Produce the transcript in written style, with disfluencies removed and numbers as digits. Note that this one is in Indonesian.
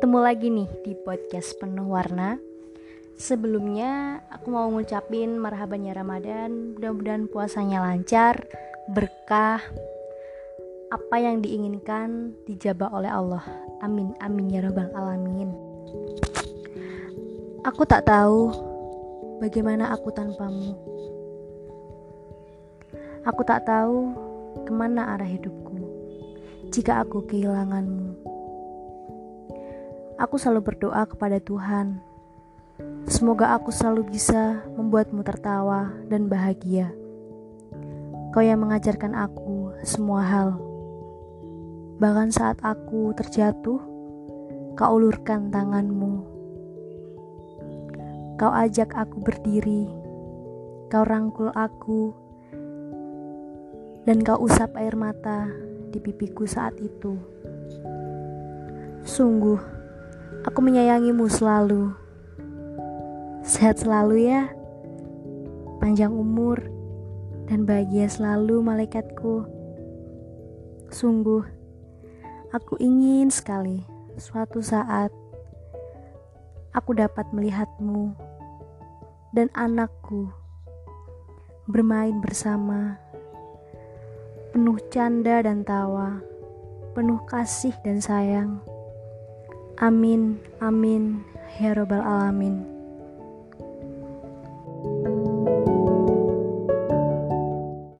Ketemu lagi nih di podcast penuh warna. Sebelumnya aku mau ngucapin marhaban ya Ramadan. Mudah-mudahan puasanya lancar, berkah, apa yang diinginkan dijabah oleh Allah. Amin, amin ya rabbal alamin. Aku tak tahu bagaimana aku tanpamu. Aku tak tahu kemana arah hidupku jika aku kehilanganmu. Aku selalu berdoa kepada Tuhan, semoga aku selalu bisa membuatmu tertawa dan bahagia. Kau yang mengajarkan aku semua hal. Bahkan saat aku terjatuh, kau ulurkan tanganmu. Kau ajak aku berdiri, kau rangkul aku, dan kau usap air mata di pipiku saat itu. Sungguh, aku menyayangimu selalu. Sehat selalu ya, panjang umur, dan bahagia selalu malaikatku. Sungguh, aku ingin sekali suatu saat aku dapat melihatmu dan anakku bermain bersama, penuh canda dan tawa, penuh kasih dan sayang. Amin, amin, ya rabbal alamin.